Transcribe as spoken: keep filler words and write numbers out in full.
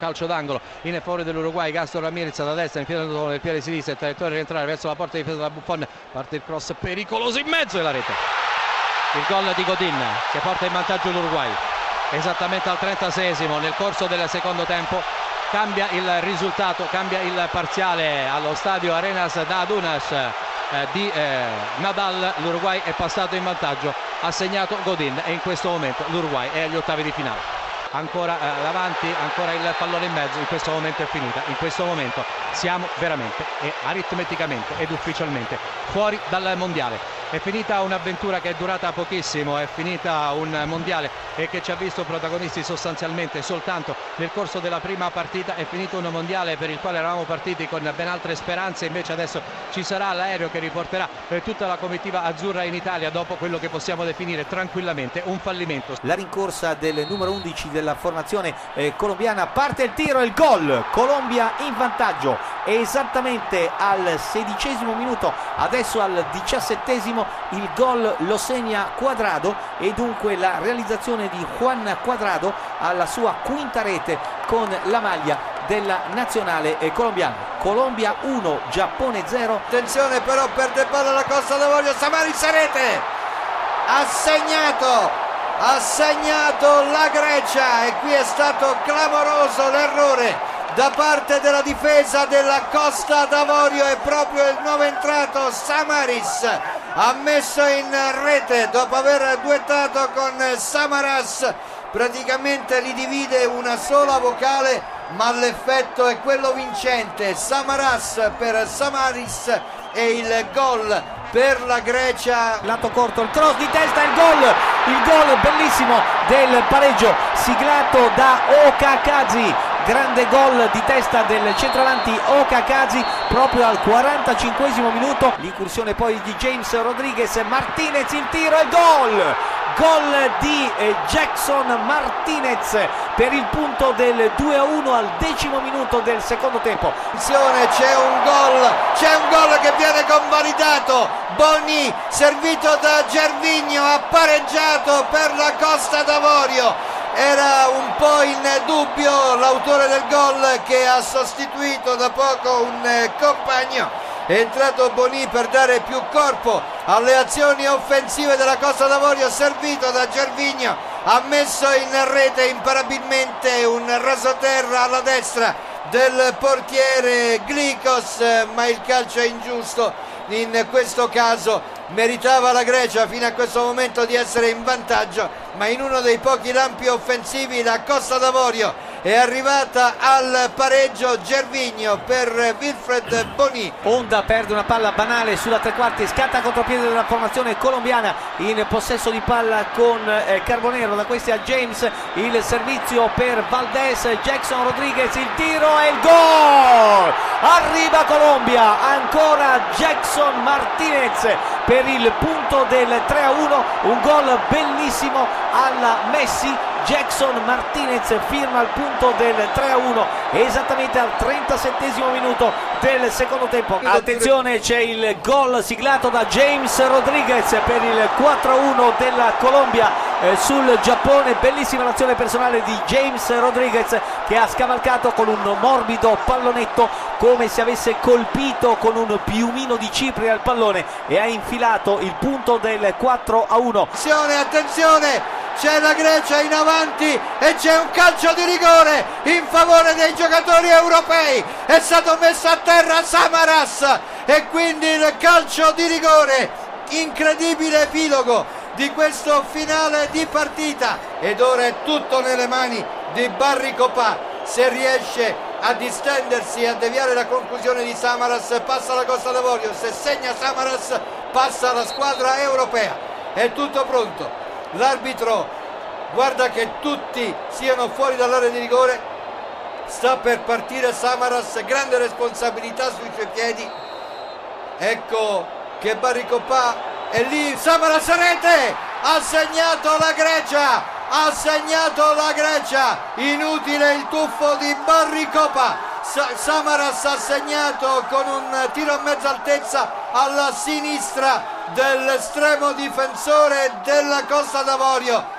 Calcio d'angolo in favore dell'Uruguay, Gastón Ramírez da destra, infilato nel piede sinistro, il traiettoria rientrare verso la porta difesa da Buffon, parte il cross pericoloso in mezzo e la rete. Il gol di Godín che porta in vantaggio l'Uruguay, esattamente al trentaseiesimo nel corso del secondo tempo. Cambia il risultato, cambia il parziale allo stadio Arenas da Dunas eh, di eh, Nadal. L'Uruguay è passato in vantaggio, ha segnato Godín e in questo momento l'Uruguay è agli ottavi di finale. Ancora eh, davanti, ancora il pallone in mezzo, in questo momento è finita, in questo momento siamo veramente e aritmeticamente ed ufficialmente fuori dal mondiale. È finita un'avventura che è durata pochissimo, è finita un mondiale e che ci ha visto protagonisti sostanzialmente soltanto nel corso della prima partita. È finito un mondiale per il quale eravamo partiti con ben altre speranze, invece adesso ci sarà l'aereo che riporterà eh, tutta la comitiva azzurra in Italia dopo quello che possiamo definire tranquillamente un fallimento. La rincorsa del numero undici della formazione eh, colombiana, parte il tiro e il gol, Colombia in vantaggio esattamente al sedicesimo minuto, adesso al diciassettesimo il gol lo segna Cuadrado e dunque la realizzazione di Juan Cuadrado alla sua quinta rete con la maglia della nazionale colombiana. Colombia uno, Giappone zero. Attenzione però, perde palla la Costa d'Avorio, Samaris a rete, ha segnato, ha segnato la Grecia e qui è stato clamoroso l'errore da parte della difesa della Costa d'Avorio e proprio il nuovo entrato Samaris ha messo in rete dopo aver duettato con Samaras. Praticamente li divide una sola vocale, ma l'effetto è quello vincente. Samaras per Samaris e il gol per la Grecia. Lato corto, il cross di testa, il gol, il gol bellissimo del pareggio siglato da Okakazi. Grande gol di testa del centravanti Okakazi proprio al quarantacinquesimo minuto. L'incursione poi di James Rodríguez, Martínez, il tiro e il gol. Gol di eh, Jackson Martínez per il punto del due a uno al decimo minuto del secondo tempo. Attenzione, c'è un gol, c'è un gol che viene convalidato. Boni, servito da Gervinho, ha pareggiato per la Costa d'Avorio. Era un po' in dubbio l'autore del gol che ha sostituito da poco un eh, compagno. È entrato Boni per dare più corpo alle azioni offensive della Costa d'Avorio, servito da Gervinho, ha messo in rete imparabilmente un rasoterra alla destra del portiere Glikos, ma il calcio è ingiusto. In questo caso meritava la Grecia fino a questo momento di essere in vantaggio, ma in uno dei pochi lampi offensivi la Costa d'Avorio è arrivata al pareggio. Gervinho per Wilfred Boni. Honda perde una palla banale sulla tre quarti, scatta contropiede della formazione colombiana in possesso di palla con eh, Carbonero. Da questi a James, il servizio per Valdés, Jackson Rodríguez, il tiro e il gol. Arriva Colombia, ancora Jackson Martínez per il punto del tre a uno, un gol bellissimo alla Messi. Jackson Martínez firma il punto del tre a uno esattamente al trentasettesimo minuto del secondo tempo. Attenzione, c'è il gol siglato da James Rodríguez per il quattro a uno della Colombia eh, sul Giappone. Bellissima l'azione personale di James Rodríguez che ha scavalcato con un morbido pallonetto come se avesse colpito con un piumino di cipria al pallone e ha infilato il punto del quattro a uno. Attenzione, attenzione! C'è la Grecia in avanti e c'è un calcio di rigore in favore dei giocatori europei. È stato messo a terra Samaras e quindi il calcio di rigore. Incredibile epilogo di questo finale di partita ed ora è tutto nelle mani di Barry Copà. Se riesce a distendersi e a deviare la conclusione di Samaras, passa la Costa d'Avorio. Se segna Samaras, passa la squadra europea. È tutto pronto. L'arbitro guarda che tutti siano fuori dall'area di rigore, sta per partire Samaras, grande responsabilità sui suoi piedi. Ecco che Barry Copà è lì, Samaras a rete, ha segnato la Grecia, ha segnato la Grecia, inutile il tuffo di Barry Copà. Samaras ha segnato con un tiro a mezza altezza alla sinistra dell'estremo difensore della Costa d'Avorio.